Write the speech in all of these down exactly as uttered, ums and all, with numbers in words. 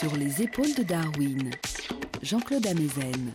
Sur les épaules de Darwin, Jean-Claude Amezen.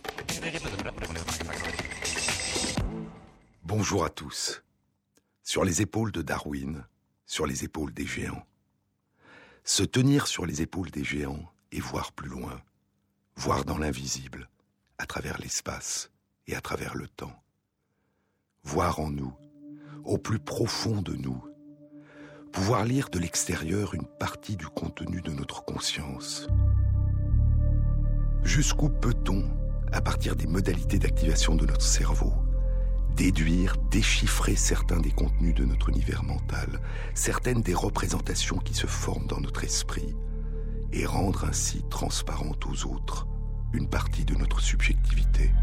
Bonjour à tous. Sur les épaules de Darwin, sur les épaules des géants. Se tenir sur les épaules des géants et voir plus loin, voir dans l'invisible, à travers l'espace et à travers le temps. Voir en nous, au plus profond de nous, pouvoir lire de l'extérieur une partie du contenu de notre conscience. Jusqu'où peut-on, à partir des modalités d'activation de notre cerveau, déduire, déchiffrer certains des contenus de notre univers mental, certaines des représentations qui se forment dans notre esprit, et rendre ainsi transparente aux autres une partie de notre subjectivité.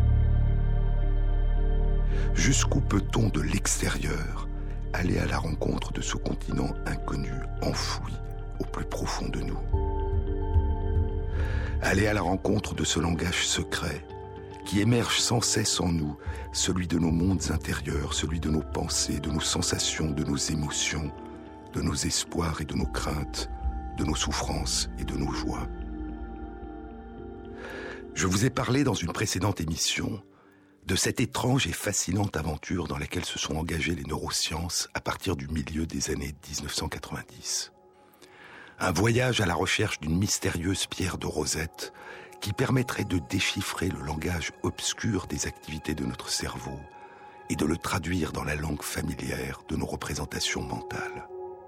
Jusqu'où peut-on, de l'extérieur, aller à la rencontre de ce continent inconnu, enfoui au plus profond de nous. Aller à la rencontre de ce langage secret qui émerge sans cesse en nous, celui de nos mondes intérieurs, celui de nos pensées, de nos sensations, de nos émotions, de nos espoirs et de nos craintes, de nos souffrances et de nos joies. Je vous ai parlé dans une précédente émission de cette étrange et fascinante aventure dans laquelle se sont engagées les neurosciences à partir du milieu des années dix-neuf cent quatre-vingt-dix. Un voyage à la recherche d'une mystérieuse pierre de Rosette qui permettrait de déchiffrer le langage obscur des activités de notre cerveau et de le traduire dans la langue familière de nos représentations mentales.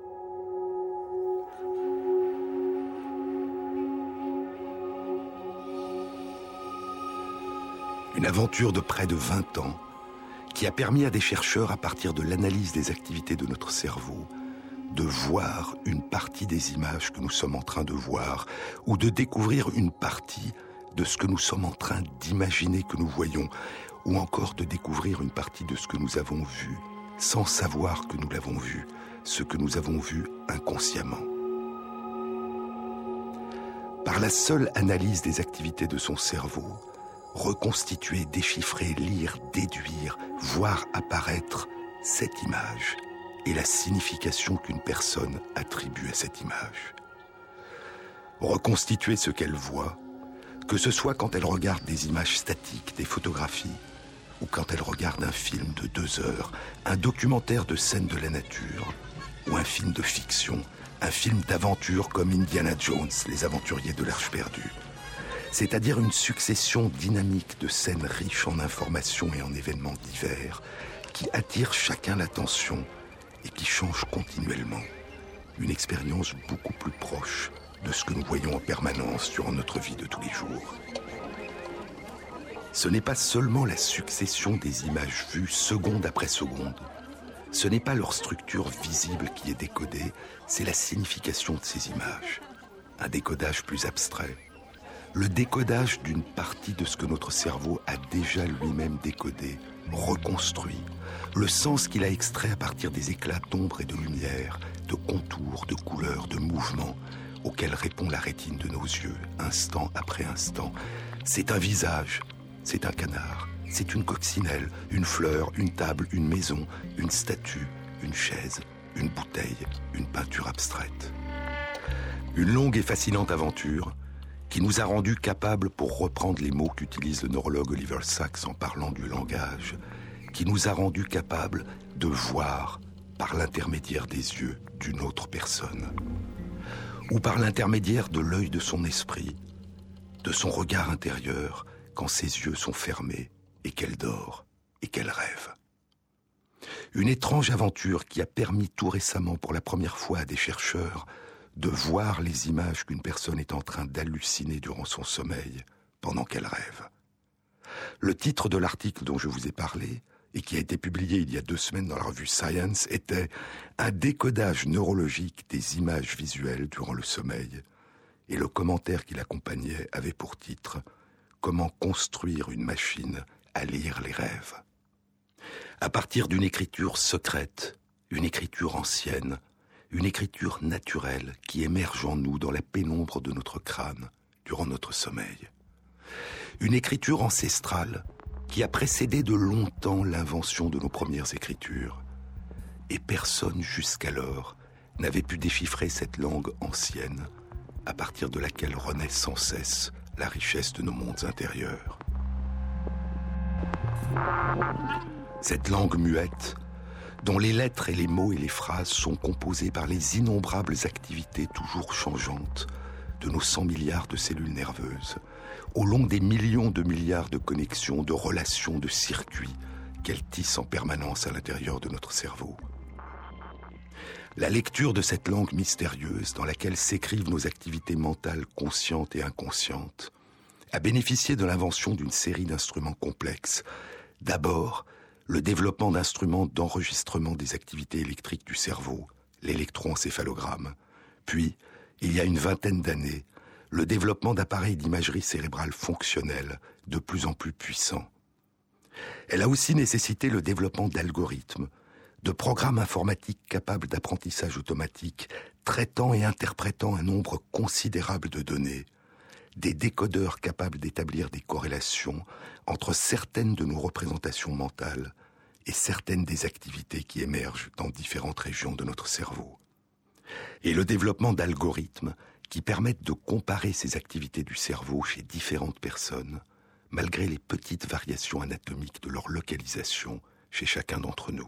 Une aventure de près de vingt ans qui a permis à des chercheurs, à partir de l'analyse des activités de notre cerveau, de voir une partie des images que nous sommes en train de voir ou de découvrir une partie de ce que nous sommes en train d'imaginer que nous voyons ou encore de découvrir une partie de ce que nous avons vu sans savoir que nous l'avons vu, ce que nous avons vu inconsciemment. Par la seule analyse des activités de son cerveau, reconstituer, déchiffrer, lire, déduire, voir apparaître cette image et la signification qu'une personne attribue à cette image. Reconstituer ce qu'elle voit, que ce soit quand elle regarde des images statiques, des photographies, ou quand elle regarde un film de deux heures, un documentaire de scènes de la nature, ou un film de fiction, un film d'aventure comme Indiana Jones, les aventuriers de l'Arche perdue. C'est-à-dire une succession dynamique de scènes riches en informations et en événements divers qui attirent chacun l'attention et qui changent continuellement. Une expérience beaucoup plus proche de ce que nous voyons en permanence durant notre vie de tous les jours. Ce n'est pas seulement la succession des images vues seconde après seconde. Ce n'est pas leur structure visible qui est décodée, c'est la signification de ces images. Un décodage plus abstrait. Le décodage d'une partie de ce que notre cerveau a déjà lui-même décodé, reconstruit, le sens qu'il a extrait à partir des éclats d'ombre et de lumière, de contours, de couleurs, de mouvements, auxquels répond la rétine de nos yeux, instant après instant. C'est un visage, c'est un canard, c'est une coccinelle, une fleur, une table, une maison, une statue, une chaise, une bouteille, une peinture abstraite. Une longue et fascinante aventure qui nous a rendus capables, pour reprendre les mots qu'utilise le neurologue Oliver Sacks en parlant du langage, qui nous a rendus capables de voir par l'intermédiaire des yeux d'une autre personne, ou par l'intermédiaire de l'œil de son esprit, de son regard intérieur, quand ses yeux sont fermés et qu'elle dort et qu'elle rêve. Une étrange aventure qui a permis tout récemment pour la première fois à des chercheurs de voir les images qu'une personne est en train d'halluciner durant son sommeil, pendant qu'elle rêve. Le titre de l'article dont je vous ai parlé, et qui a été publié il y a deux semaines dans la revue Science, était « Un décodage neurologique des images visuelles durant le sommeil », et le commentaire qui l'accompagnait avait pour titre « Comment construire une machine à lire les rêves ». À partir d'une écriture secrète, une écriture ancienne, une écriture naturelle qui émerge en nous dans la pénombre de notre crâne durant notre sommeil. Une écriture ancestrale qui a précédé de longtemps l'invention de nos premières écritures. Et personne jusqu'alors n'avait pu déchiffrer cette langue ancienne à partir de laquelle renaît sans cesse la richesse de nos mondes intérieurs. Cette langue muette, dont les lettres et les mots et les phrases sont composés par les innombrables activités toujours changeantes de nos cent milliards de cellules nerveuses, au long des millions de milliards de connexions, de relations, de circuits qu'elles tissent en permanence à l'intérieur de notre cerveau. La lecture de cette langue mystérieuse dans laquelle s'écrivent nos activités mentales conscientes et inconscientes a bénéficié de l'invention d'une série d'instruments complexes. D'abord, le développement d'instruments d'enregistrement des activités électriques du cerveau, l'électroencéphalogramme. Puis, il y a une vingtaine d'années, le développement d'appareils d'imagerie cérébrale fonctionnels de plus en plus puissants. Elle a aussi nécessité le développement d'algorithmes, de programmes informatiques capables d'apprentissage automatique, traitant et interprétant un nombre considérable de données, des décodeurs capables d'établir des corrélations entre certaines de nos représentations mentales et certaines des activités qui émergent dans différentes régions de notre cerveau. Et le développement d'algorithmes qui permettent de comparer ces activités du cerveau chez différentes personnes, malgré les petites variations anatomiques de leur localisation chez chacun d'entre nous.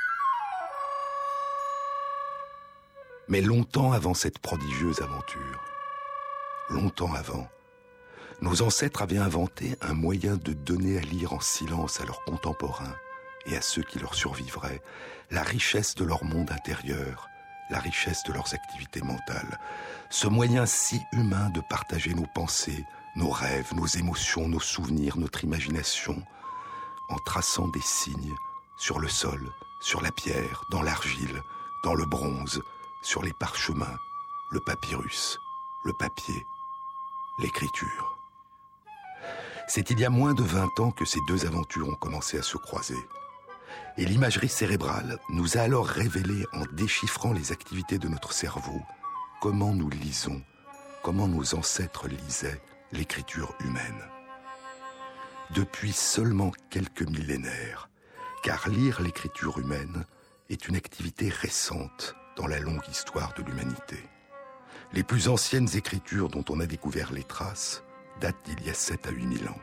Mais longtemps avant cette prodigieuse aventure, longtemps avant, nos ancêtres avaient inventé un moyen de donner à lire en silence à leurs contemporains et à ceux qui leur survivraient la richesse de leur monde intérieur, la richesse de leurs activités mentales. Ce moyen si humain de partager nos pensées, nos rêves, nos émotions, nos souvenirs, notre imagination, en traçant des signes sur le sol, sur la pierre, dans l'argile, dans le bronze, sur les parchemins, le papyrus, le papier, l'écriture. C'est il y a moins de vingt ans que ces deux aventures ont commencé à se croiser. Et l'imagerie cérébrale nous a alors révélé, en déchiffrant les activités de notre cerveau, comment nous lisons, comment nos ancêtres lisaient l'écriture humaine. Depuis seulement quelques millénaires, car lire l'écriture humaine est une activité récente dans la longue histoire de l'humanité. Les plus anciennes écritures dont on a découvert les traces datent d'il y a sept à huit mille ans.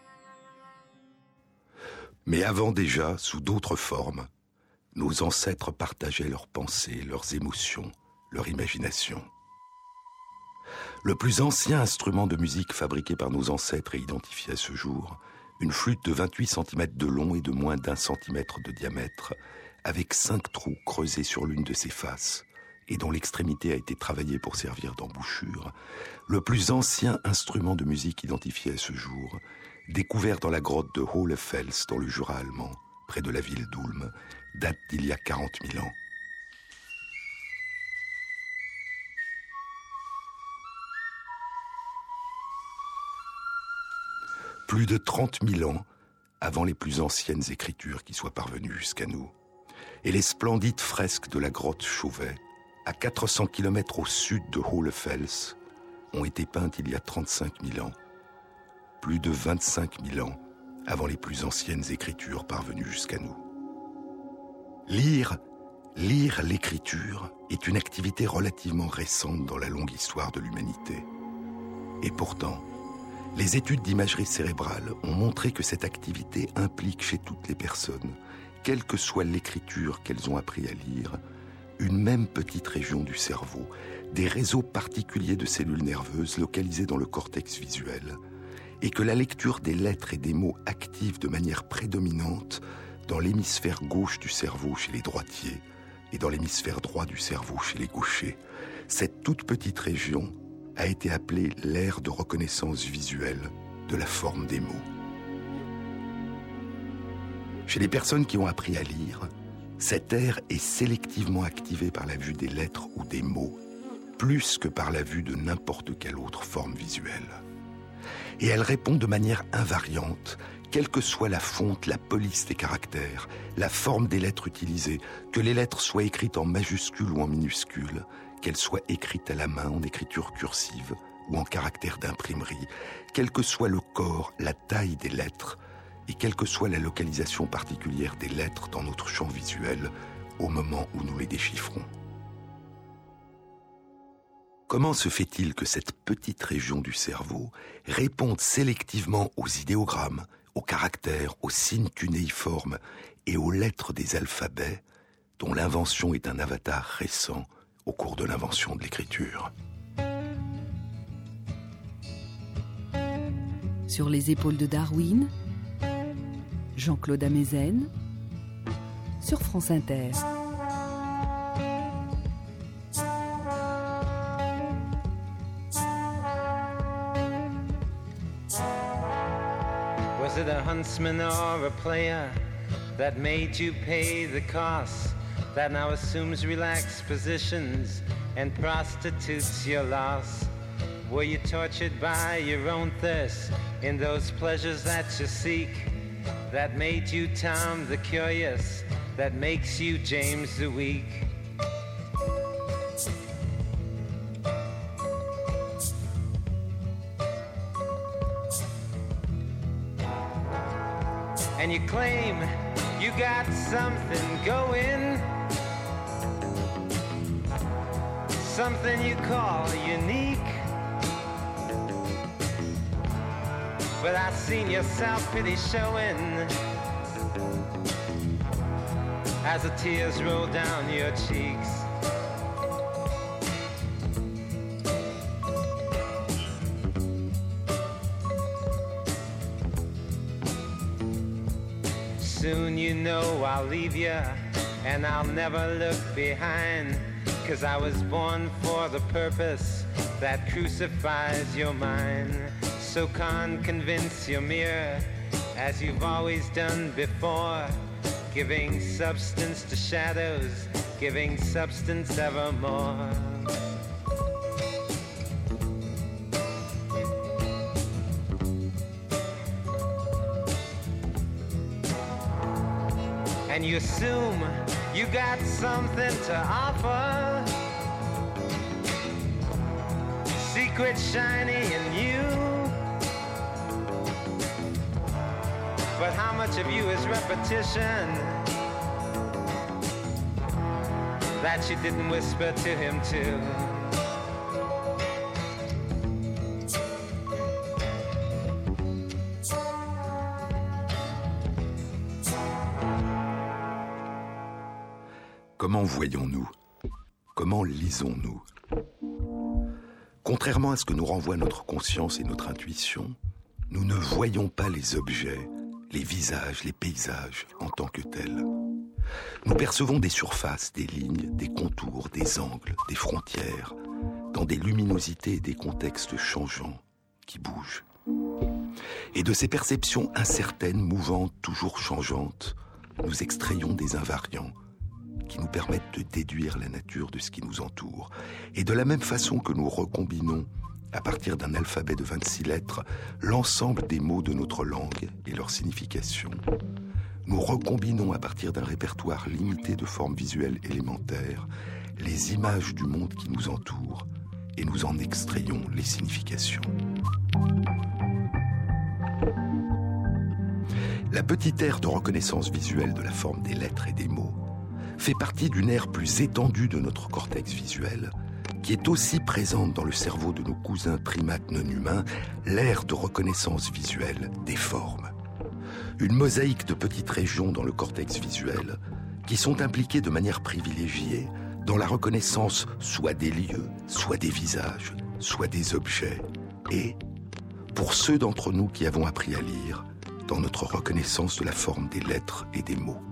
Mais avant déjà, sous d'autres formes, nos ancêtres partageaient leurs pensées, leurs émotions, leur imagination. Le plus ancien instrument de musique fabriqué par nos ancêtres et identifié à ce jour, une flûte de vingt-huit centimètres de long et de moins d'un centimètre de diamètre, avec cinq trous creusés sur l'une de ses faces, et dont l'extrémité a été travaillée pour servir d'embouchure, le plus ancien instrument de musique identifié à ce jour, découvert dans la grotte de Hohlefels, dans le Jura allemand, près de la ville d'Ulm, date d'il y a quarante mille ans. Plus de trente mille ans avant les plus anciennes écritures qui soient parvenues jusqu'à nous. Et les splendides fresques de la grotte Chauvet, à quatre cents kilomètres au sud de Hohlefels, ont été peintes il y a trente-cinq mille ans. Plus de vingt-cinq mille ans avant les plus anciennes écritures parvenues jusqu'à nous. Lire, lire l'écriture est une activité relativement récente dans la longue histoire de l'humanité. Et pourtant, les études d'imagerie cérébrale ont montré que cette activité implique chez toutes les personnes, quelle que soit l'écriture qu'elles ont appris à lire, une même petite région du cerveau, des réseaux particuliers de cellules nerveuses localisés dans le cortex visuel, et que la lecture des lettres et des mots active de manière prédominante dans l'hémisphère gauche du cerveau chez les droitiers et dans l'hémisphère droit du cerveau chez les gauchers. Cette toute petite région a été appelée l'aire de reconnaissance visuelle de la forme des mots. Chez les personnes qui ont appris à lire, cette aire est sélectivement activée par la vue des lettres ou des mots, plus que par la vue de n'importe quelle autre forme visuelle. Et elle répond de manière invariante, quelle que soit la fonte, la police des caractères, la forme des lettres utilisées, que les lettres soient écrites en majuscules ou en minuscules, qu'elles soient écrites à la main en écriture cursive ou en caractère d'imprimerie, quel que soit le corps, la taille des lettres, et quelle que soit la localisation particulière des lettres dans notre champ visuel au moment où nous les déchiffrons. Comment se fait-il que cette petite région du cerveau réponde sélectivement aux idéogrammes, aux caractères, aux signes cunéiformes et aux lettres des alphabets dont l'invention est un avatar récent au cours de l'invention de l'écriture? Sur les épaules de Darwin, Jean-Claude Amezen, sur France Inter. Was it a huntsman or a player that made you pay the cost, that now assumes relaxed positions and prostitutes your loss? Were you tortured by your own thirst in those pleasures that you seek, that made you Tom the Curious, that makes you James the Weak? And you claim you got something going, something you call unique. But I seen your self-pity showing as the tears roll down your cheeks. Soon you know I'll leave you, and I'll never look behind, 'cause I was born for the purpose that crucifies your mind. So can't convince your mirror, as you've always done before, giving substance to shadows, giving substance evermore. And you assume you got something to offer, secret shiny in you. But how much of you is repetition that you didn't whisper to him too? Comment voyons-nous? Comment lisons-nous? Contrairement à ce que nous renvoient notre conscience et notre intuition, nous ne voyons pas les objets, les visages, les paysages en tant que tels. Nous percevons des surfaces, des lignes, des contours, des angles, des frontières, dans des luminosités et des contextes changeants qui bougent. Et de ces perceptions incertaines, mouvantes, toujours changeantes, nous extrayons des invariants qui nous permettent de déduire la nature de ce qui nous entoure. Et de la même façon que nous recombinons, à partir d'un alphabet de vingt-six lettres, l'ensemble des mots de notre langue et leur signification, nous recombinons à partir d'un répertoire limité de formes visuelles élémentaires les images du monde qui nous entoure et nous en extrayons les significations. La petite aire de reconnaissance visuelle de la forme des lettres et des mots fait partie d'une aire plus étendue de notre cortex visuel, qui est aussi présente dans le cerveau de nos cousins primates non humains, l'aire de reconnaissance visuelle des formes. Une mosaïque de petites régions dans le cortex visuel qui sont impliquées de manière privilégiée dans la reconnaissance soit des lieux, soit des visages, soit des objets, et, pour ceux d'entre nous qui avons appris à lire, dans notre reconnaissance de la forme des lettres et des mots.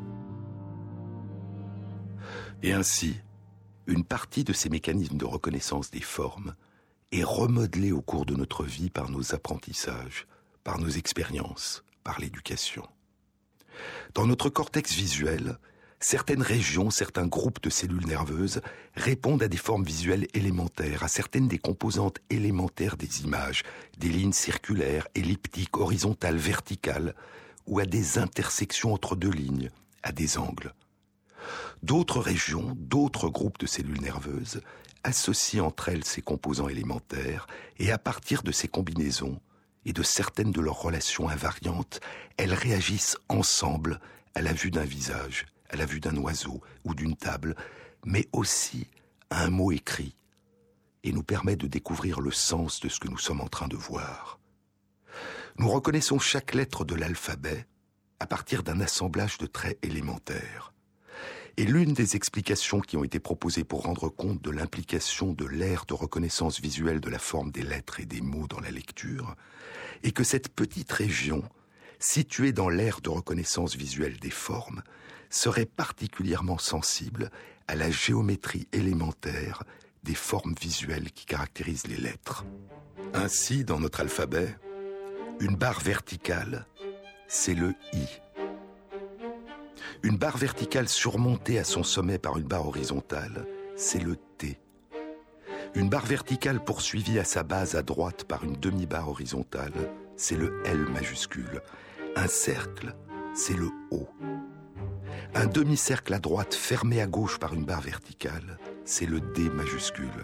Et ainsi, une partie de ces mécanismes de reconnaissance des formes est remodelée au cours de notre vie par nos apprentissages, par nos expériences, par l'éducation. Dans notre cortex visuel, certaines régions, certains groupes de cellules nerveuses répondent à des formes visuelles élémentaires, à certaines des composantes élémentaires des images, des lignes circulaires, elliptiques, horizontales, verticales, ou à des intersections entre deux lignes, à des angles. D'autres régions, d'autres groupes de cellules nerveuses associent entre elles ces composants élémentaires et à partir de ces combinaisons et de certaines de leurs relations invariantes, elles réagissent ensemble à la vue d'un visage, à la vue d'un oiseau ou d'une table, mais aussi à un mot écrit. et nous permet de découvrir le sens de ce que nous sommes en train de voir. Nous reconnaissons chaque lettre de l'alphabet à partir d'un assemblage de traits élémentaires. Et l'une des explications qui ont été proposées pour rendre compte de l'implication de l'aire de reconnaissance visuelle de la forme des lettres et des mots dans la lecture est que cette petite région, située dans l'aire de reconnaissance visuelle des formes, serait particulièrement sensible à la géométrie élémentaire des formes visuelles qui caractérisent les lettres. Ainsi, dans notre alphabet, une barre verticale, c'est le I. Une barre verticale surmontée à son sommet par une barre horizontale, c'est le T. Une barre verticale poursuivie à sa base à droite par une demi-barre horizontale, c'est le L majuscule. Un cercle, c'est le O. Un demi-cercle à droite fermé à gauche par une barre verticale, c'est le D majuscule.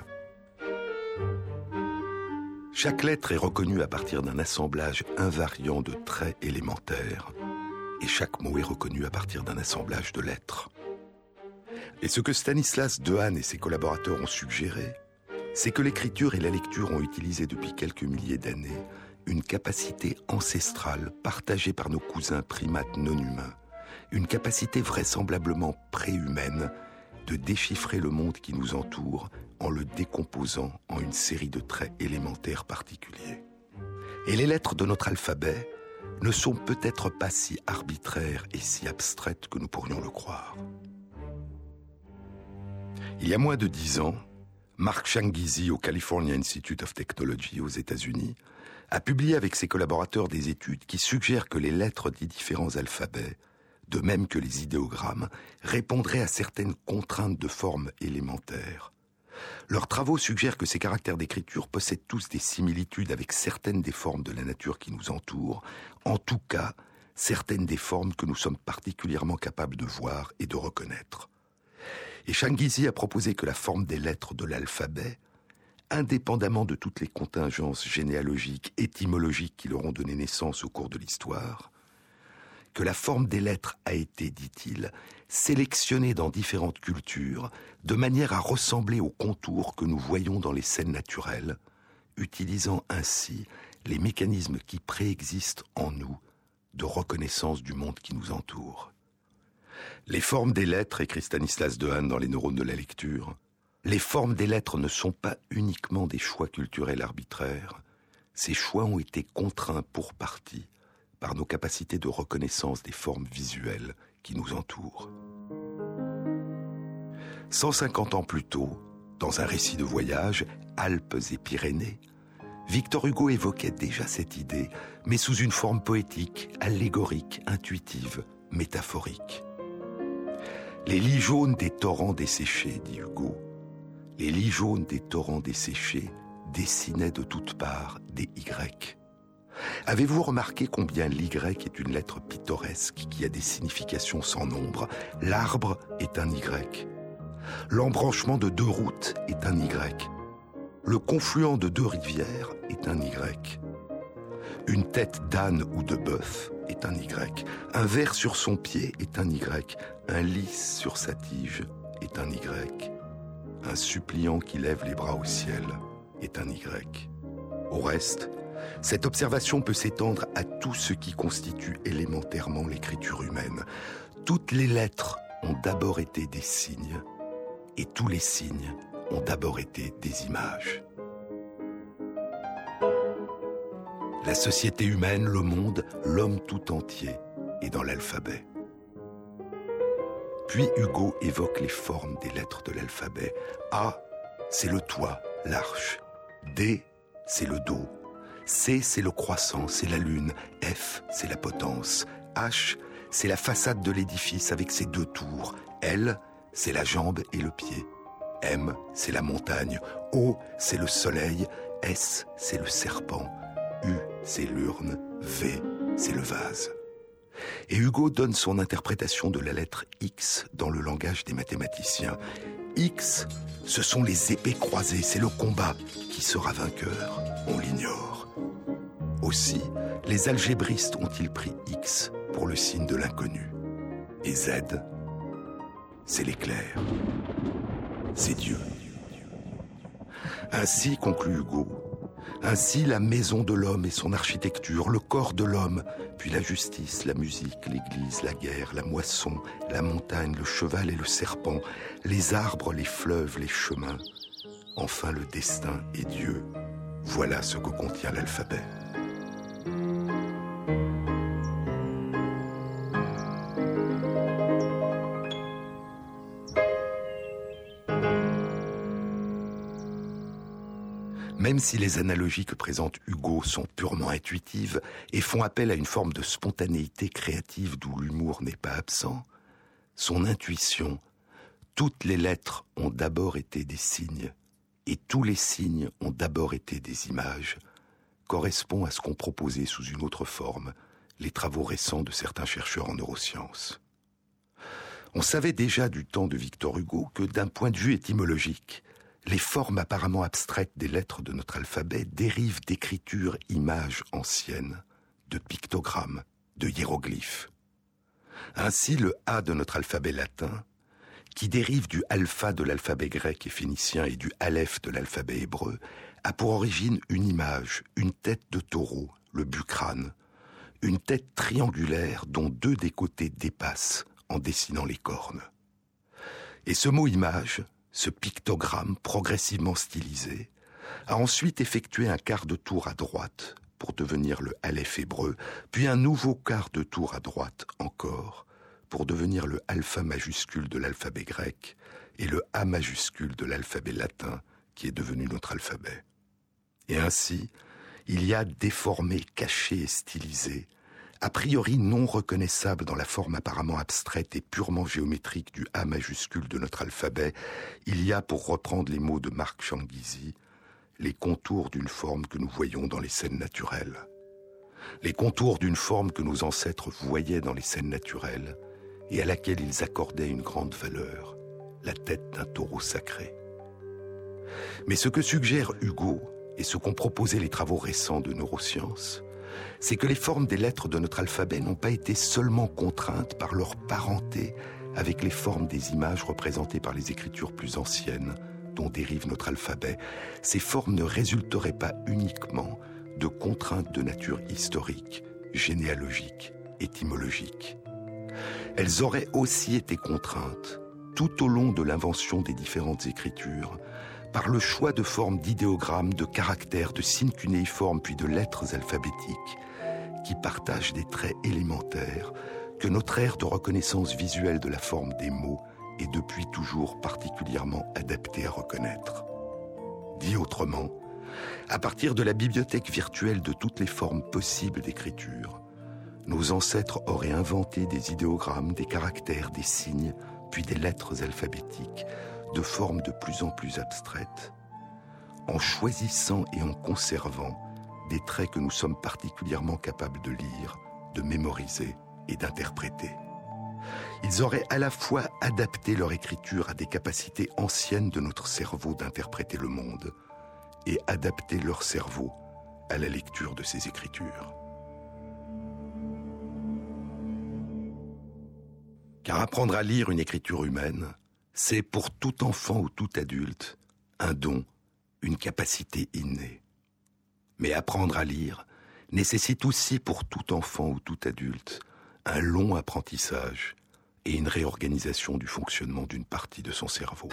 Chaque lettre est reconnue à partir d'un assemblage invariant de traits élémentaires, et chaque mot est reconnu à partir d'un assemblage de lettres. Et ce que Stanislas Dehaene et ses collaborateurs ont suggéré, c'est que l'écriture et la lecture ont utilisé depuis quelques milliers d'années une capacité ancestrale partagée par nos cousins primates non humains, une capacité vraisemblablement préhumaine de déchiffrer le monde qui nous entoure en le décomposant en une série de traits élémentaires particuliers. Et les lettres de notre alphabet ne sont peut-être pas si arbitraires et si abstraites que nous pourrions le croire. Il y a moins de dix ans, Mark Changizi au California Institute of Technology aux États-Unis a publié avec ses collaborateurs des études qui suggèrent que les lettres des différents alphabets, de même que les idéogrammes, répondraient à certaines contraintes de forme élémentaires. Leurs travaux suggèrent que ces caractères d'écriture possèdent tous des similitudes avec certaines des formes de la nature qui nous entourent, en tout cas, certaines des formes que nous sommes particulièrement capables de voir et de reconnaître. Et Changizi a proposé que la forme des lettres de l'alphabet, indépendamment de toutes les contingences généalogiques, étymologiques qui leur ont donné naissance au cours de l'histoire, que la forme des lettres a été, dit-il, sélectionnée dans différentes cultures de manière à ressembler aux contours que nous voyons dans les scènes naturelles, utilisant ainsi les mécanismes qui préexistent en nous de reconnaissance du monde qui nous entoure. Les formes des lettres, écrit Stanislas Dehaene dans Les neurones de la lecture, les formes des lettres ne sont pas uniquement des choix culturels arbitraires. Ces choix ont été contraints pour partie par nos capacités de reconnaissance des formes visuelles qui nous entourent. cent cinquante ans plus tôt, dans un récit de voyage, Alpes et Pyrénées, Victor Hugo évoquait déjà cette idée, mais sous une forme poétique, allégorique, intuitive, métaphorique. Les lits jaunes des torrents desséchés, dit Hugo, les lits jaunes des torrents desséchés dessinaient de toutes parts des Y. Avez-vous remarqué combien l'Y est une lettre pittoresque qui a des significations sans nombre? L'arbre est un Y. L'embranchement de deux routes est un Y. Le confluent de deux rivières est un Y. Une tête d'âne ou de bœuf est un Y. Un ver sur son pied est un Y. Un lys sur sa tige est un Y. Un suppliant qui lève les bras au ciel est un Y. Au reste, cette observation peut s'étendre à tout ce qui constitue élémentairement l'écriture humaine. Toutes les lettres ont d'abord été des signes, et tous les signes ont d'abord été des images. La société humaine, le monde, l'homme tout entier est dans l'alphabet. Puis Hugo évoque les formes des lettres de l'alphabet. A, c'est le toit, l'arche. D, c'est le dos. C, c'est le croissant, c'est la lune. F, c'est la potence. H, c'est la façade de l'édifice avec ses deux tours. L, c'est la jambe et le pied. M, c'est la montagne. O, c'est le soleil. S, c'est le serpent. U, c'est l'urne. V, c'est le vase. Et Hugo donne son interprétation de la lettre X dans le langage des mathématiciens. X, ce sont les épées croisées, c'est le combat. Qui sera vainqueur? On l'ignore. Aussi, les algébristes ont-ils pris X pour le signe de l'inconnu. Et Z, c'est l'éclair. C'est Dieu. Ainsi, conclut Hugo, ainsi la maison de l'homme et son architecture, le corps de l'homme, puis la justice, la musique, l'église, la guerre, la moisson, la montagne, le cheval et le serpent, les arbres, les fleuves, les chemins, enfin le destin et Dieu. Voilà ce que contient l'alphabet. Même si les analogies que présente Hugo sont purement intuitives et font appel à une forme de spontanéité créative d'où l'humour n'est pas absent, son intuition, toutes les lettres ont d'abord été des signes, et tous les signes ont d'abord été des images, correspond à ce qu'ont proposé sous une autre forme les travaux récents de certains chercheurs en neurosciences. On savait déjà du temps de Victor Hugo que d'un point de vue étymologique, les formes apparemment abstraites des lettres de notre alphabet dérivent d'écritures images anciennes, de pictogrammes, de hiéroglyphes. Ainsi, le A de notre alphabet latin, qui dérive du alpha de l'alphabet grec et phénicien et du aleph de l'alphabet hébreu, a pour origine une image, une tête de taureau, le bucrane, une tête triangulaire dont deux des côtés dépassent en dessinant les cornes. Et ce mot image, ce pictogramme progressivement stylisé, a ensuite effectué un quart de tour à droite pour devenir le aleph hébreu, puis un nouveau quart de tour à droite encore pour devenir le alpha majuscule de l'alphabet grec et le A majuscule de l'alphabet latin qui est devenu notre alphabet. Et ainsi, il y a déformé, caché et stylisé, a priori non reconnaissable dans la forme apparemment abstraite et purement géométrique du A majuscule de notre alphabet, il y a, pour reprendre les mots de Marc Changizi, les contours d'une forme que nous voyons dans les scènes naturelles. Les contours d'une forme que nos ancêtres voyaient dans les scènes naturelles et à laquelle ils accordaient une grande valeur, la tête d'un taureau sacré. Mais ce que suggère Hugo et ce qu'ont proposé les travaux récents de neurosciences, c'est que les formes des lettres de notre alphabet n'ont pas été seulement contraintes par leur parenté avec les formes des images représentées par les écritures plus anciennes dont dérive notre alphabet. Ces formes ne résulteraient pas uniquement de contraintes de nature historique, généalogique, étymologique. Elles auraient aussi été contraintes, tout au long de l'invention des différentes écritures, par le choix de formes d'idéogrammes, de caractères, de signes cunéiformes, puis de lettres alphabétiques, qui partagent des traits élémentaires que notre ère de reconnaissance visuelle de la forme des mots est depuis toujours particulièrement adaptée à reconnaître. Dit autrement, à partir de la bibliothèque virtuelle de toutes les formes possibles d'écriture, nos ancêtres auraient inventé des idéogrammes, des caractères, des signes, puis des lettres alphabétiques, de formes de plus en plus abstraites, en choisissant et en conservant des traits que nous sommes particulièrement capables de lire, de mémoriser et d'interpréter. Ils auraient à la fois adapté leur écriture à des capacités anciennes de notre cerveau d'interpréter le monde et adapté leur cerveau à la lecture de ces écritures. Car apprendre à lire une écriture humaine, c'est pour tout enfant ou tout adulte un don, une capacité innée. Mais apprendre à lire nécessite aussi pour tout enfant ou tout adulte un long apprentissage et une réorganisation du fonctionnement d'une partie de son cerveau.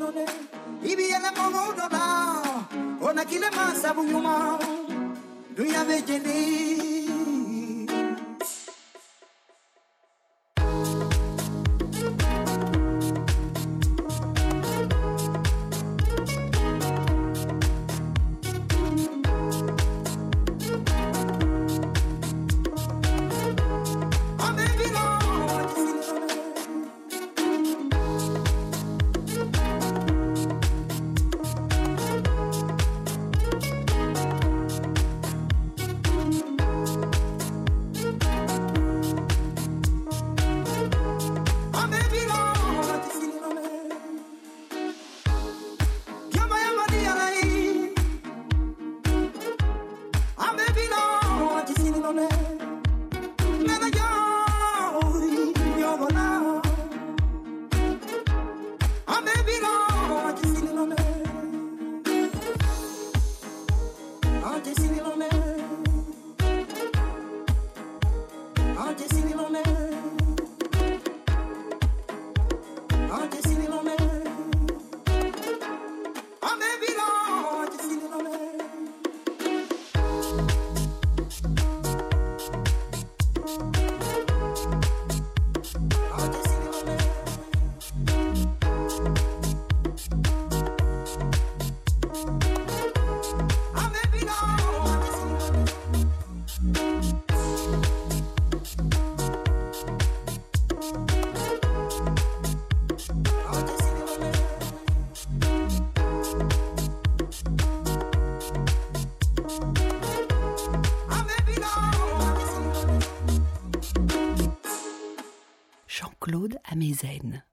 Jean-Claude Amezen.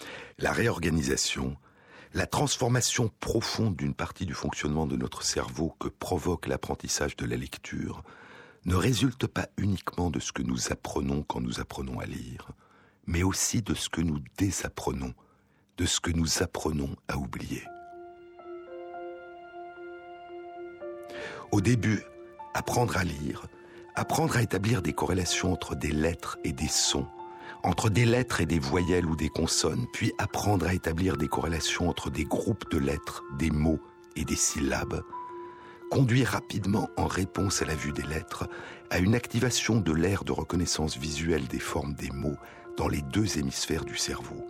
La réorganisation, la transformation profonde d'une partie du fonctionnement de notre cerveau que provoque l'apprentissage de la lecture ne résulte pas uniquement de ce que nous apprenons quand nous apprenons à lire, mais aussi de ce que nous désapprenons, de ce que nous apprenons à oublier. Au début, apprendre à lire, apprendre à établir des corrélations entre des lettres et des sons, entre des lettres et des voyelles ou des consonnes, puis apprendre à établir des corrélations entre des groupes de lettres, des mots et des syllabes, conduit rapidement, en réponse à la vue des lettres, à une activation de l'aire de reconnaissance visuelle des formes des mots dans les deux hémisphères du cerveau.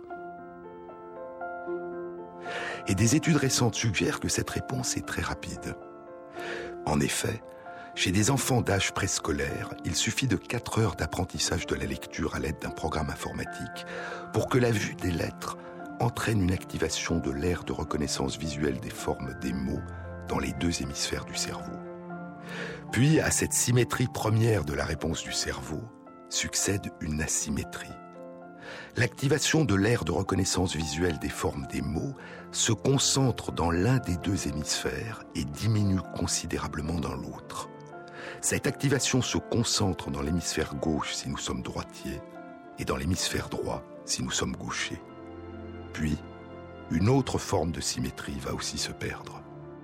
Et des études récentes suggèrent que cette réponse est très rapide. En effet, chez des enfants d'âge préscolaire, il suffit de quatre heures d'apprentissage de la lecture à l'aide d'un programme informatique pour que la vue des lettres entraîne une activation de l'aire de reconnaissance visuelle des formes des mots dans les deux hémisphères du cerveau. Puis, à cette symétrie première de la réponse du cerveau, succède une asymétrie. L'activation de l'aire de reconnaissance visuelle des formes des mots se concentre dans l'un des deux hémisphères et diminue considérablement dans l'autre. Cette activation se concentre dans l'hémisphère gauche si nous sommes droitiers et dans l'hémisphère droit si nous sommes gauchers. Puis, une autre forme de symétrie va aussi se perdre.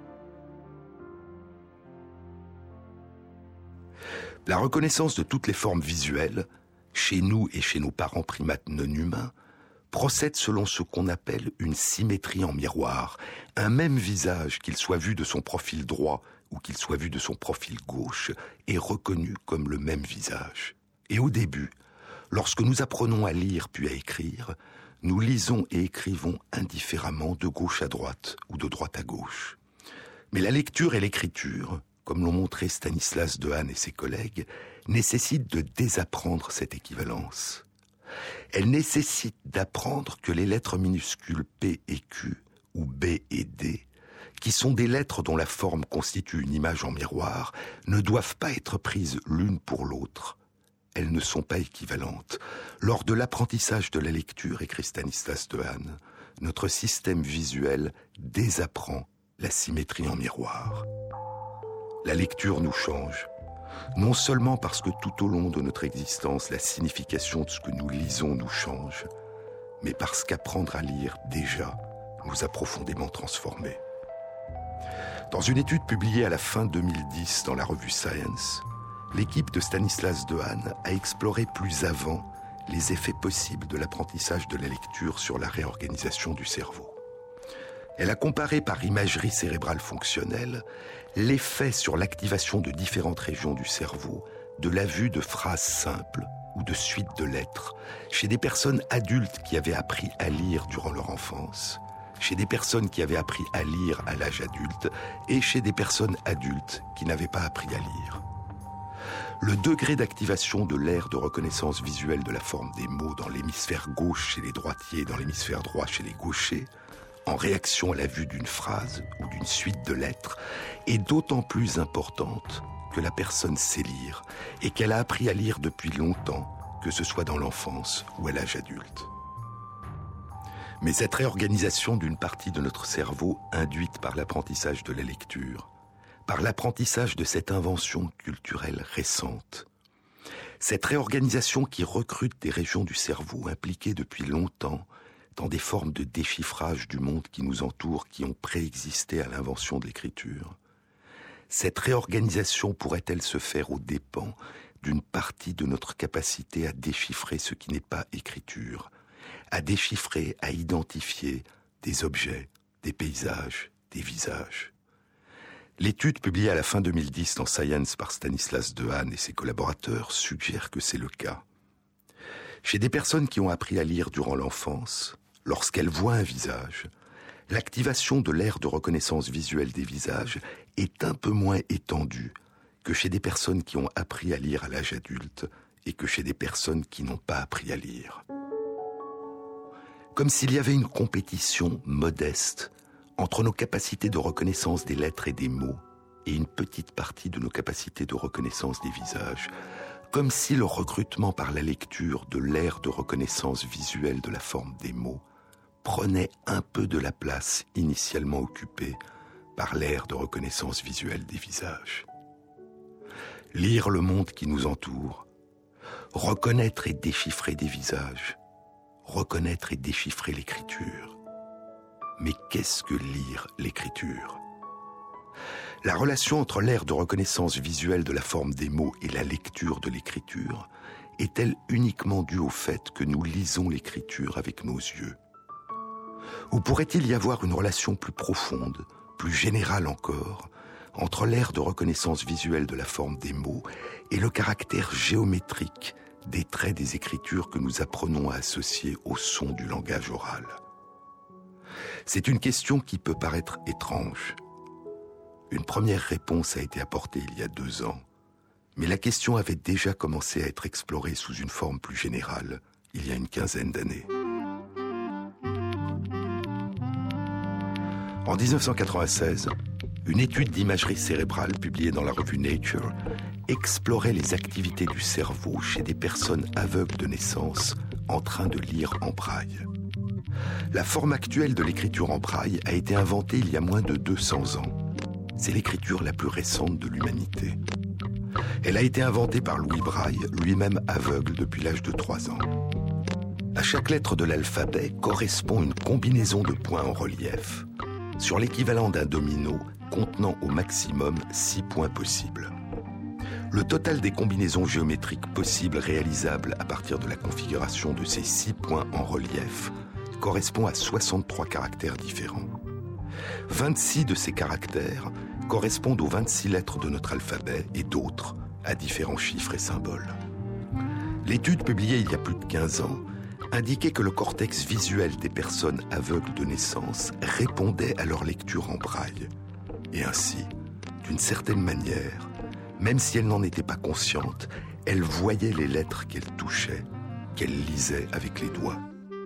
La reconnaissance de toutes les formes visuelles, chez nous et chez nos parents primates non humains, procède selon ce qu'on appelle une symétrie en miroir. Un même visage, qu'il soit vu de son profil droit ou qu'il soit vu de son profil gauche, est reconnu comme le même visage. Et au début, lorsque nous apprenons à lire puis à écrire, nous lisons et écrivons indifféremment de gauche à droite ou de droite à gauche. Mais la lecture et l'écriture, comme l'ont montré Stanislas Dehaene et ses collègues, nécessitent de désapprendre cette équivalence. Elle nécessite d'apprendre que les lettres minuscules P et Q, ou B et D, qui sont des lettres dont la forme constitue une image en miroir, ne doivent pas être prises l'une pour l'autre. Elles ne sont pas équivalentes. Lors de l'apprentissage de la lecture, écrit Stanislas Dehaene, notre système visuel désapprend la symétrie en miroir. La lecture nous change, non seulement parce que tout au long de notre existence, la signification de ce que nous lisons nous change, mais parce qu'apprendre à lire, déjà, nous a profondément transformés. Dans une étude publiée à la fin deux mille dix dans la revue Science, l'équipe de Stanislas Dehaene a exploré plus avant les effets possibles de l'apprentissage de la lecture sur la réorganisation du cerveau. Elle a comparé par imagerie cérébrale fonctionnelle l'effet sur l'activation de différentes régions du cerveau de la vue de phrases simples ou de suites de lettres chez des personnes adultes qui avaient appris à lire durant leur enfance, chez des personnes qui avaient appris à lire à l'âge adulte et chez des personnes adultes qui n'avaient pas appris à lire. Le degré d'activation de l'aire de reconnaissance visuelle de la forme des mots dans l'hémisphère gauche chez les droitiers et dans l'hémisphère droit chez les gauchers, en réaction à la vue d'une phrase ou d'une suite de lettres, est d'autant plus importante que la personne sait lire et qu'elle a appris à lire depuis longtemps, que ce soit dans l'enfance ou à l'âge adulte. Mais cette réorganisation d'une partie de notre cerveau induite par l'apprentissage de la lecture, par l'apprentissage de cette invention culturelle récente, cette réorganisation qui recrute des régions du cerveau impliquées depuis longtemps dans des formes de déchiffrage du monde qui nous entoure, qui ont préexisté à l'invention de l'écriture, cette réorganisation pourrait-elle se faire aux dépens d'une partie de notre capacité à déchiffrer ce qui n'est pas écriture, à déchiffrer, à identifier des objets, des paysages, des visages. L'étude publiée à la fin deux mille dix dans Science par Stanislas Dehaene et ses collaborateurs suggère que c'est le cas. Chez des personnes qui ont appris à lire durant l'enfance, lorsqu'elles voient un visage, l'activation de l'aire de reconnaissance visuelle des visages est un peu moins étendue que chez des personnes qui ont appris à lire à l'âge adulte et que chez des personnes qui n'ont pas appris à lire. Comme s'il y avait une compétition modeste entre nos capacités de reconnaissance des lettres et des mots et une petite partie de nos capacités de reconnaissance des visages, comme si le recrutement par la lecture de l'aire de reconnaissance visuelle de la forme des mots prenait un peu de la place initialement occupée par l'aire de reconnaissance visuelle des visages. Lire le monde qui nous entoure, reconnaître et déchiffrer des visages, reconnaître et déchiffrer l'écriture. Mais qu'est-ce que lire l'écriture ? La relation entre l'aire de reconnaissance visuelle de la forme des mots et la lecture de l'écriture est-elle uniquement due au fait que nous lisons l'écriture avec nos yeux ? Ou pourrait-il y avoir une relation plus profonde, plus générale encore, entre l'aire de reconnaissance visuelle de la forme des mots et le caractère géométrique des traits des écritures que nous apprenons à associer au son du langage oral ? C'est une question qui peut paraître étrange. Une première réponse a été apportée il y a deux ans, mais la question avait déjà commencé à être explorée sous une forme plus générale il y a une quinzaine d'années. En dix-neuf cent quatre-vingt-seize, une étude d'imagerie cérébrale publiée dans la revue Nature explorait les activités du cerveau chez des personnes aveugles de naissance en train de lire en braille. La forme actuelle de l'écriture en braille a été inventée il y a moins de deux cents ans. C'est l'écriture la plus récente de l'humanité. Elle a été inventée par Louis Braille, lui-même aveugle depuis l'âge de trois ans. À chaque lettre de l'alphabet correspond une combinaison de points en relief sur l'équivalent d'un domino contenant au maximum six points possibles. Le total des combinaisons géométriques possibles réalisables à partir de la configuration de ces six points en relief correspond à soixante-trois caractères différents. vingt-six de ces caractères correspondent aux vingt-six lettres de notre alphabet et d'autres à différents chiffres et symboles. L'étude publiée il y a plus de quinze ans indiquait que le cortex visuel des personnes aveugles de naissance répondait à leur lecture en braille. Et ainsi, d'une certaine manière, même si elles n'en étaient pas conscientes, elles voyaient les lettres qu'elles touchaient, qu'elles lisaient avec les doigts.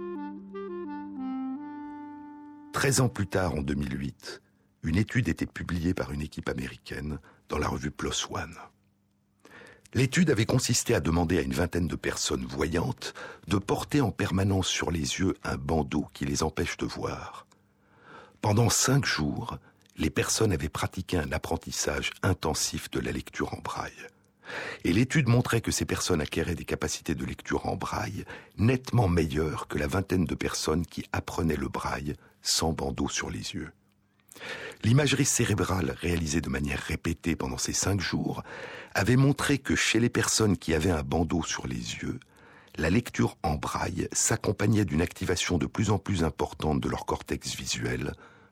Treize ans plus tard, en deux mille huit, une étude était publiée par une équipe américaine dans la revue PLOS ONE. L'étude avait consisté à demander à une vingtaine de personnes voyantes de porter en permanence sur les yeux un bandeau qui les empêche de voir. Pendant cinq jours, les personnes avaient pratiqué un apprentissage intensif de la lecture en braille. Et l'étude montrait que ces personnes acquéraient des capacités de lecture en braille nettement meilleures que la vingtaine de personnes qui apprenaient le braille sans bandeau sur les yeux. L'imagerie cérébrale réalisée de manière répétée pendant ces cinq jours avait montré que chez les personnes qui avaient un bandeau sur les yeux, la lecture en braille s'accompagnait d'une activation de plus en plus importante de leur cortex visuel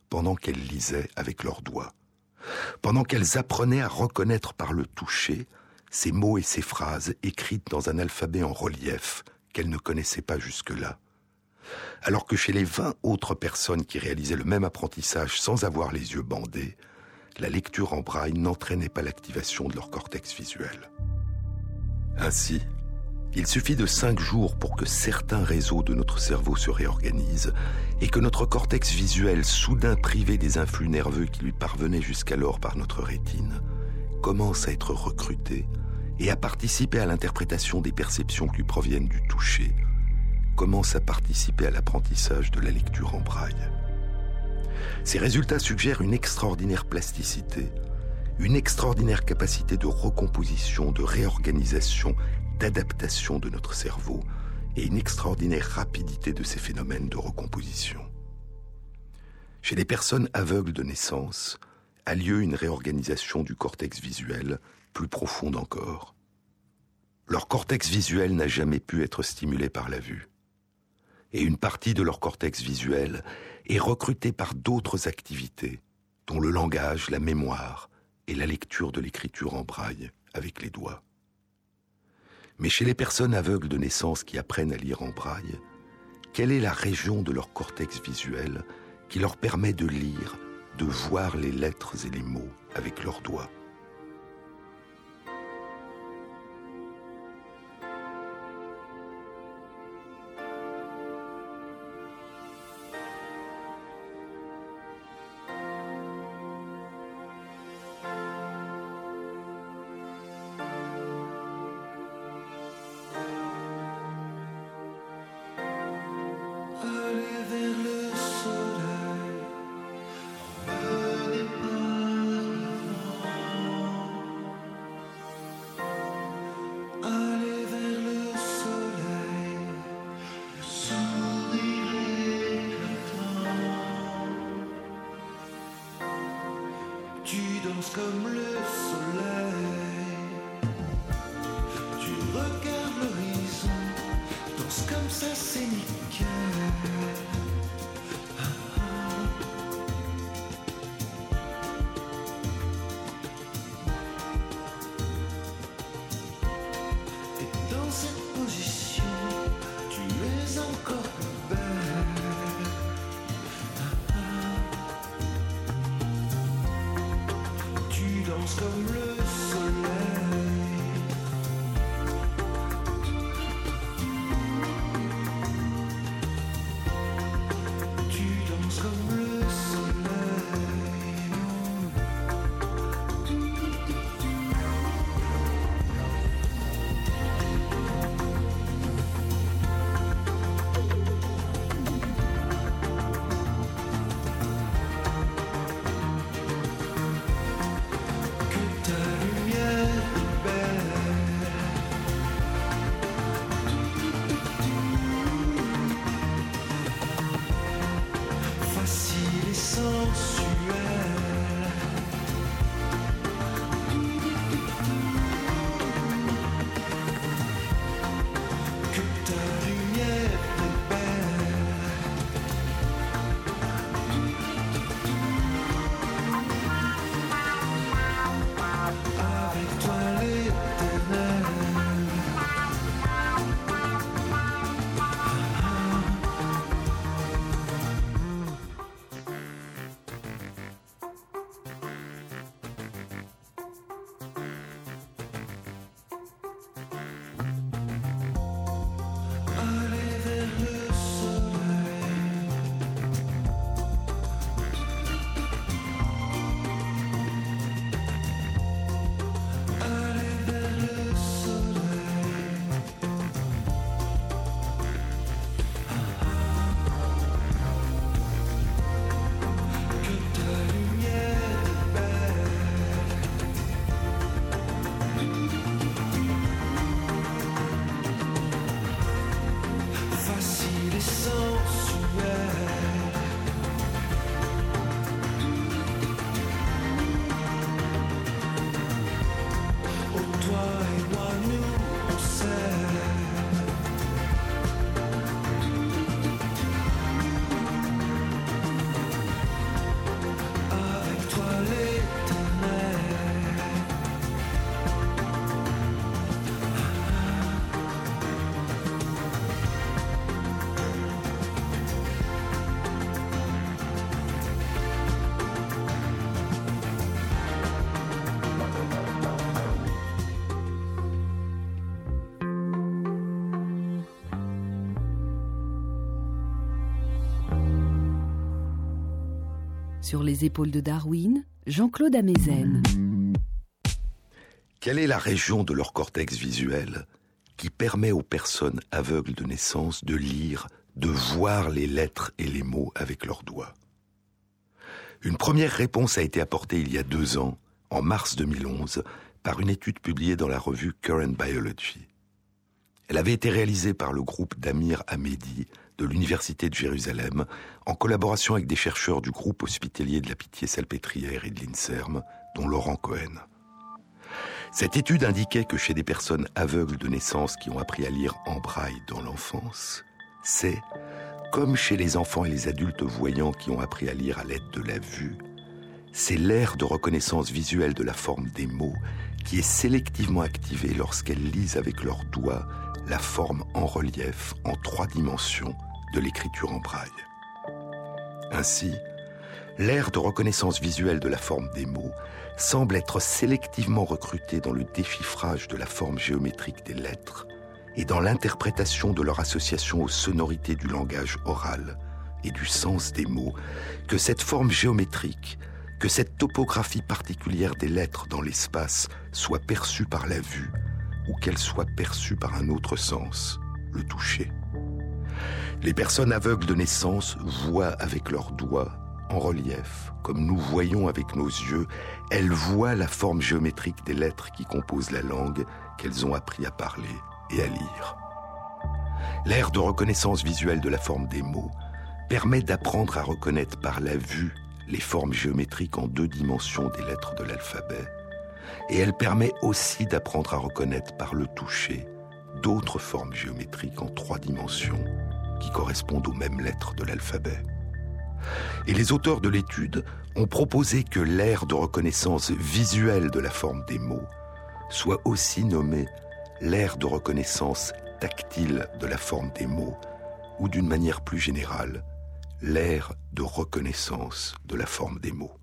pendant qu'elles lisaient avec leurs doigts, pendant qu'elles apprenaient à reconnaître par le toucher ces mots et ces phrases écrites dans un alphabet en relief qu'elles ne connaissaient pas jusque-là. Alors que chez les vingt autres personnes qui réalisaient le même apprentissage sans avoir les yeux bandés, la lecture en braille n'entraînait pas l'activation de leur cortex visuel. Ainsi, il suffit de cinq jours pour que certains réseaux de notre cerveau se réorganisent et que notre cortex visuel, soudain privé des influx nerveux qui lui parvenaient jusqu'alors par notre rétine, commence à être recruté et à participer à l'interprétation des perceptions qui lui proviennent du toucher, commence à participer à l'apprentissage de la lecture en braille. Ces résultats suggèrent une extraordinaire plasticité, une extraordinaire capacité de recomposition, de réorganisation, d'adaptation de notre cerveau et une extraordinaire rapidité de ces phénomènes de recomposition. Chez les personnes aveugles de naissance, a lieu une réorganisation du cortex visuel plus profonde encore. Leur cortex visuel n'a jamais pu être stimulé par la vue. Et une partie de leur cortex visuel est recrutée par d'autres activités, dont le langage, la mémoire et la lecture de l'écriture en braille avec les doigts. Mais chez les personnes aveugles de naissance qui apprennent à lire en braille, quelle est la région de leur cortex visuel qui leur permet de lire, de voir les lettres et les mots avec leurs doigts ? Comme le soleil, tu regardes l'horizon, danse comme ça, c'est nickel. Ah, ah. Et dans cette position, tu es encore plus belle. Ah, ah. Tu danses comme le soleil. Tu danses comme le soleil. Que ta lumière est belle. Facile et sensuelle. Que ta lumière est belle. Avec toi l'éternel. Sur les épaules de Darwin, Jean-Claude Amezen. Quelle est la région de leur cortex visuel qui permet aux personnes aveugles de naissance de lire, de voir les lettres et les mots avec leurs doigts? Une première réponse a été apportée il y a deux ans, en mars deux mille onze, par une étude publiée dans la revue Current Biology. Elle avait été réalisée par le groupe d'Amir Hamedi de l'Université de Jérusalem, en collaboration avec des chercheurs du groupe hospitalier de la Pitié-Salpêtrière et de l'INSERM, dont Laurent Cohen. Cette étude indiquait que chez des personnes aveugles de naissance qui ont appris à lire en braille dans l'enfance, c'est, comme chez les enfants et les adultes voyants qui ont appris à lire à l'aide de la vue, c'est l'aire de reconnaissance visuelle de la forme des mots qui est sélectivement activée lorsqu'elles lisent avec leurs doigts la forme en relief en trois dimensions de l'écriture en braille. Ainsi, l'aire de reconnaissance visuelle de la forme des mots semble être sélectivement recrutée dans le déchiffrage de la forme géométrique des lettres et dans l'interprétation de leur association aux sonorités du langage oral et du sens des mots, que cette forme géométrique, que cette topographie particulière des lettres dans l'espace soit perçue par la vue ou qu'elle soit perçue par un autre sens, le toucher. Les personnes aveugles de naissance voient avec leurs doigts, en relief, comme nous voyons avec nos yeux, elles voient la forme géométrique des lettres qui composent la langue qu'elles ont appris à parler et à lire. L'aire de reconnaissance visuelle de la forme des mots permet d'apprendre à reconnaître par la vue les formes géométriques en deux dimensions des lettres de l'alphabet, et elle permet aussi d'apprendre à reconnaître par le toucher d'autres formes géométriques en trois dimensions qui correspondent aux mêmes lettres de l'alphabet. Et les auteurs de l'étude ont proposé que l'aire de reconnaissance visuelle de la forme des mots soit aussi nommée l'aire de reconnaissance tactile de la forme des mots, ou d'une manière plus générale, l'aire de reconnaissance de la forme des mots.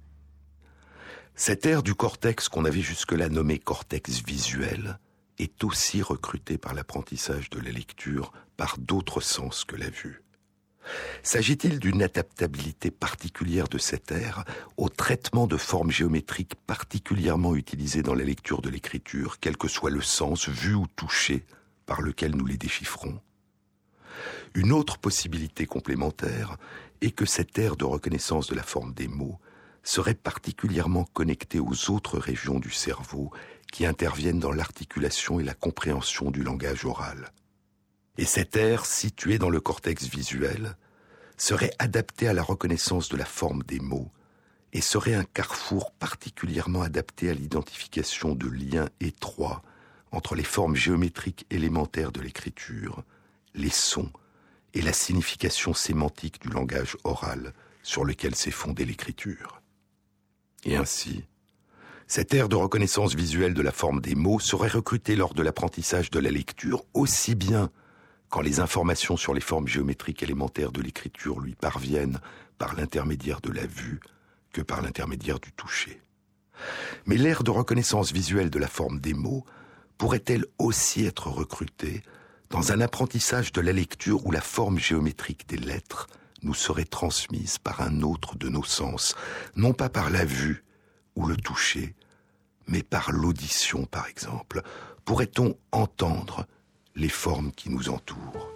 Cette aire du cortex qu'on avait jusque-là nommé cortex visuel est aussi recrutée par l'apprentissage de la lecture par d'autres sens que la vue. S'agit-il d'une adaptabilité particulière de cette aire au traitement de formes géométriques particulièrement utilisées dans la lecture de l'écriture, quel que soit le sens, vu ou touché, par lequel nous les déchiffrons? Une autre possibilité complémentaire est que cette aire de reconnaissance de la forme des mots serait particulièrement connectée aux autres régions du cerveau qui interviennent dans l'articulation et la compréhension du langage oral. Et cette aire, située dans le cortex visuel, serait adaptée à la reconnaissance de la forme des mots et serait un carrefour particulièrement adapté à l'identification de liens étroits entre les formes géométriques élémentaires de l'écriture, les sons et la signification sémantique du langage oral sur lequel s'est fondée l'écriture. Et ainsi, cette aire de reconnaissance visuelle de la forme des mots serait recrutée lors de l'apprentissage de la lecture aussi bien quand les informations sur les formes géométriques élémentaires de l'écriture lui parviennent par l'intermédiaire de la vue que par l'intermédiaire du toucher. Mais l'aire de reconnaissance visuelle de la forme des mots pourrait-elle aussi être recrutée dans un apprentissage de la lecture où la forme géométrique des lettres nous serait transmise par un autre de nos sens, non pas par la vue ou le toucher, mais par l'audition, par exemple? Pourrait-on entendre les formes qui nous entourent?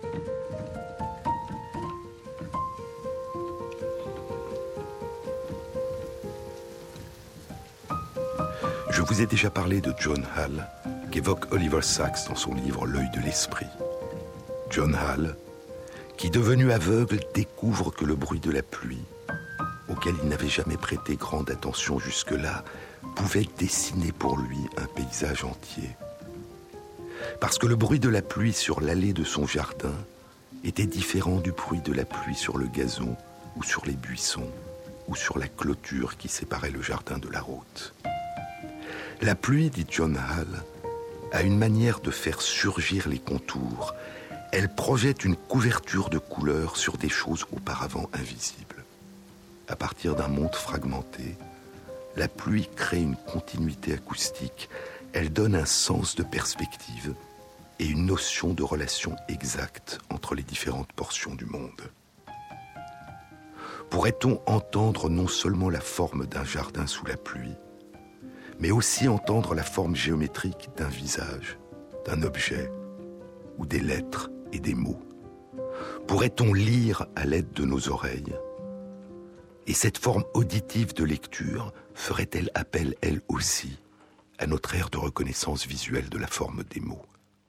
Je vous ai déjà parlé de John Hall, qu'évoque Oliver Sacks dans son livre L'œil de l'esprit. John Hall, qui devenu aveugle découvre que le bruit de la pluie, auquel il n'avait jamais prêté grande attention jusque-là, pouvait dessiner pour lui un paysage entier. Parce que le bruit de la pluie sur l'allée de son jardin était différent du bruit de la pluie sur le gazon ou sur les buissons ou sur la clôture qui séparait le jardin de la route. La pluie, dit John Hall, a une manière de faire surgir les contours. Elle projette une couverture de couleurs sur des choses auparavant invisibles. À partir d'un monde fragmenté, la pluie crée une continuité acoustique. Elle donne un sens de perspective et une notion de relation exacte entre les différentes portions du monde. pourrait-on entendre non seulement la forme d'un jardin sous la pluie, mais aussi entendre la forme géométrique d'un visage, d'un objet, ou des lettres et des mots? Pourrait-on lire à l'aide de nos oreilles? Et cette forme auditive de lecture ferait-elle appel, elle aussi, à notre ère de reconnaissance visuelle de la forme des mots?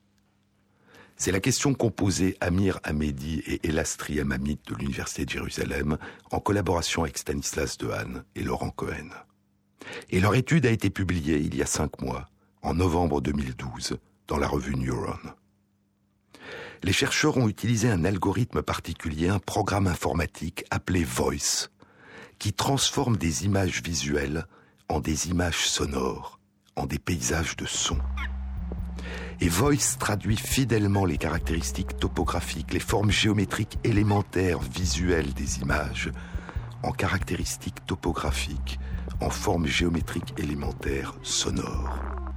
C'est la question qu'ont posée Amir Hamedi et Elastri Hamamit de l'Université de Jérusalem en collaboration avec Stanislas Dehaene et Laurent Cohen. Et leur étude a été publiée il y a cinq mois, en novembre deux mille douze, dans la revue Neuron. Les chercheurs ont utilisé un algorithme particulier, un programme informatique appelé Voice, qui transforme des images visuelles en des images sonores, en des paysages de son. Et Voice traduit fidèlement les caractéristiques topographiques, les formes géométriques élémentaires visuelles des images en caractéristiques topographiques, en formes géométriques élémentaires sonores.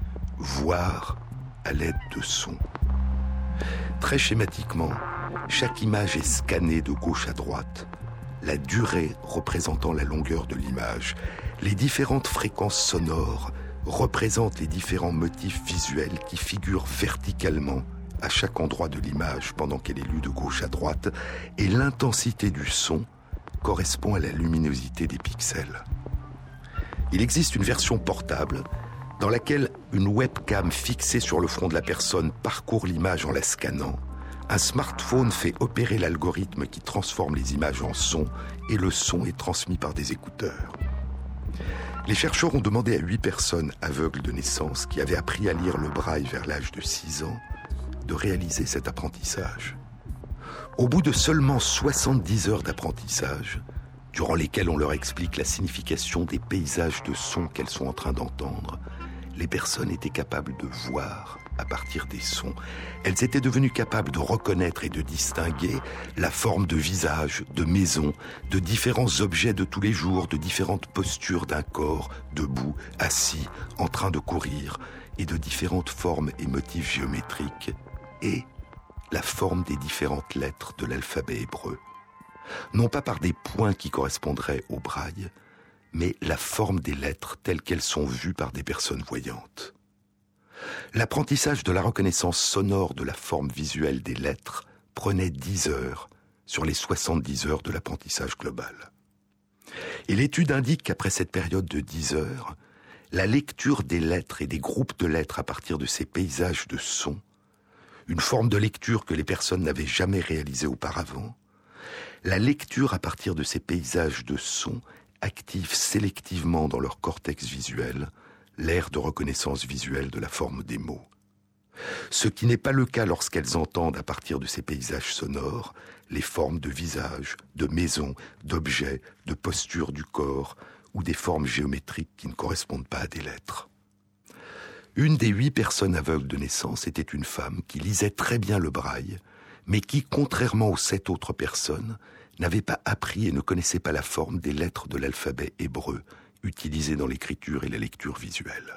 Voir à l'aide de sons. Très schématiquement, chaque image est scannée de gauche à droite, la durée représentant la longueur de l'image, les différentes fréquences sonores représentent les différents motifs visuels qui figurent verticalement à chaque endroit de l'image pendant qu'elle est lue de gauche à droite, et l'intensité du son correspond à la luminosité des pixels. Il existe une version portable dans laquelle une webcam fixée sur le front de la personne parcourt l'image en la scannant. Un smartphone fait opérer l'algorithme qui transforme les images en son et le son est transmis par des écouteurs. Les chercheurs ont demandé à huit personnes aveugles de naissance qui avaient appris à lire le braille vers l'âge de six ans de réaliser cet apprentissage. Au bout de seulement soixante-dix heures d'apprentissage, durant lesquelles on leur explique la signification des paysages de sons qu'elles sont en train d'entendre, les personnes étaient capables de voir à partir des sons. Elles étaient devenues capables de reconnaître et de distinguer la forme de visage, de maison, de différents objets de tous les jours, de différentes postures d'un corps, debout, assis, en train de courir, et de différentes formes et motifs géométriques, et la forme des différentes lettres de l'alphabet hébreu. Non pas par des points qui correspondraient au braille, mais la forme des lettres telles qu'elles sont vues par des personnes voyantes. L'apprentissage de la reconnaissance sonore de la forme visuelle des lettres prenait dix heures sur les soixante-dix heures de l'apprentissage global. Et l'étude indique qu'après cette période de dix heures, la lecture des lettres et des groupes de lettres à partir de ces paysages de sons, une forme de lecture que les personnes n'avaient jamais réalisée auparavant, la lecture à partir de ces paysages de sons active sélectivement dans leur cortex visuel l'aire de reconnaissance visuelle de la forme des mots. Ce qui n'est pas le cas lorsqu'elles entendent à partir de ces paysages sonores les formes de visages, de maisons, d'objets, de postures du corps ou des formes géométriques qui ne correspondent pas à des lettres. Une des huit personnes aveugles de naissance était une femme qui lisait très bien le braille, mais qui, contrairement aux sept autres personnes, n'avait pas appris et ne connaissait pas la forme des lettres de l'alphabet hébreu utilisées dans l'écriture et la lecture visuelle.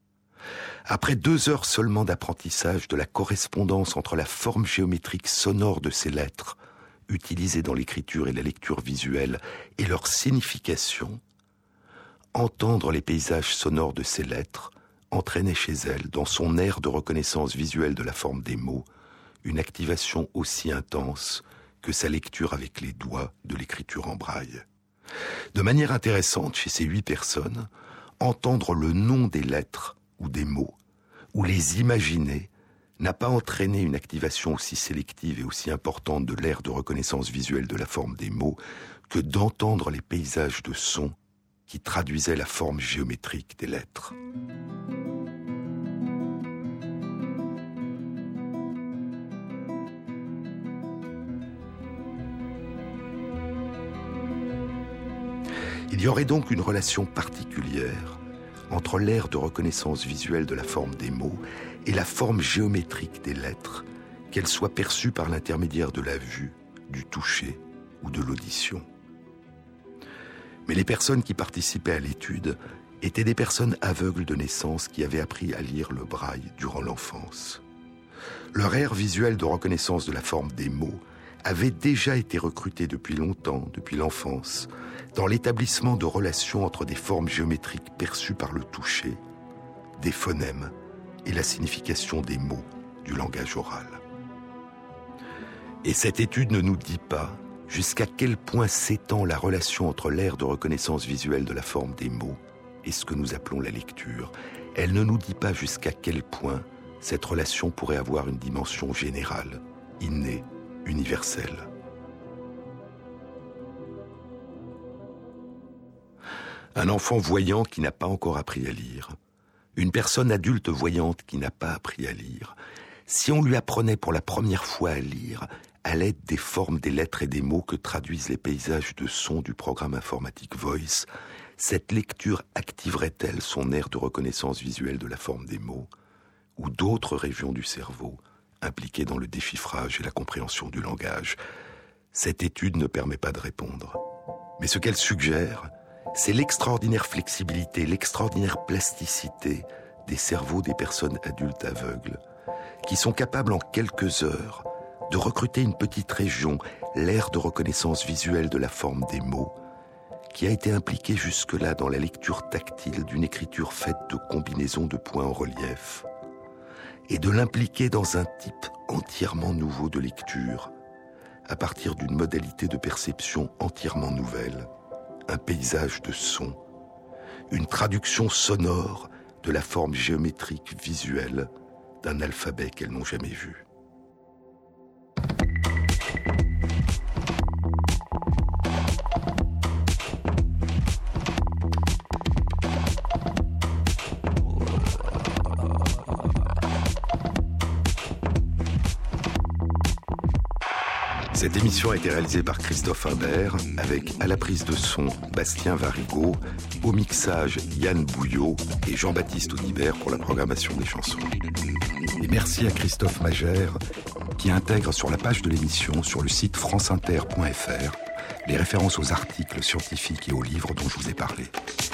Après deux heures seulement d'apprentissage de la correspondance entre la forme géométrique sonore de ces lettres utilisées dans l'écriture et la lecture visuelle et leur signification, entendre les paysages sonores de ces lettres entraînait chez elle, dans son aire de reconnaissance visuelle de la forme des mots, une activation aussi intense que sa lecture avec les doigts de l'écriture en braille. De manière intéressante, chez ces huit personnes, entendre le nom des lettres ou des mots, ou les imaginer, n'a pas entraîné une activation aussi sélective et aussi importante de l'aire de reconnaissance visuelle de la forme des mots que d'entendre les paysages de sons qui traduisaient la forme géométrique des lettres. Il y aurait donc une relation particulière entre l'aire de reconnaissance visuelle de la forme des mots et la forme géométrique des lettres, qu'elles soient perçues par l'intermédiaire de la vue, du toucher ou de l'audition. Mais les personnes qui participaient à l'étude étaient des personnes aveugles de naissance qui avaient appris à lire le braille durant l'enfance. Leur aire visuelle de reconnaissance de la forme des mots avait déjà été recruté depuis longtemps, depuis l'enfance, dans l'établissement de relations entre des formes géométriques perçues par le toucher, des phonèmes et la signification des mots du langage oral. Et cette étude ne nous dit pas jusqu'à quel point s'étend la relation entre l'aire de reconnaissance visuelle de la forme des mots et ce que nous appelons la lecture. Elle ne nous dit pas jusqu'à quel point cette relation pourrait avoir une dimension générale, innée, universelle. Un enfant voyant qui n'a pas encore appris à lire, une personne adulte voyante qui n'a pas appris à lire, si on lui apprenait pour la première fois à lire, à l'aide des formes, des lettres et des mots que traduisent les paysages de son du programme informatique Voice, cette lecture activerait-elle son aire de reconnaissance visuelle de la forme des mots, ou d'autres régions du cerveau impliquées dans le déchiffrage et la compréhension du langage? Cette étude ne permet pas de répondre. Mais ce qu'elle suggère, c'est l'extraordinaire flexibilité, l'extraordinaire plasticité des cerveaux des personnes adultes aveugles, qui sont capables en quelques heures de recruter une petite région, l'aire de reconnaissance visuelle de la forme des mots, qui a été impliquée jusque-là dans la lecture tactile d'une écriture faite de combinaisons de points en relief, et de l'impliquer dans un type entièrement nouveau de lecture, à partir d'une modalité de perception entièrement nouvelle, un paysage de son, une traduction sonore de la forme géométrique visuelle d'un alphabet qu'elles n'ont jamais vu. Cette émission a été réalisée par Christophe Imbert, avec à la prise de son Bastien Varigot, au mixage Yann Bouillot et Jean-Baptiste Audibert pour la programmation des chansons. Et merci à Christophe Magère, qui intègre sur la page de l'émission, sur le site franceinter point f r, les références aux articles scientifiques et aux livres dont je vous ai parlé.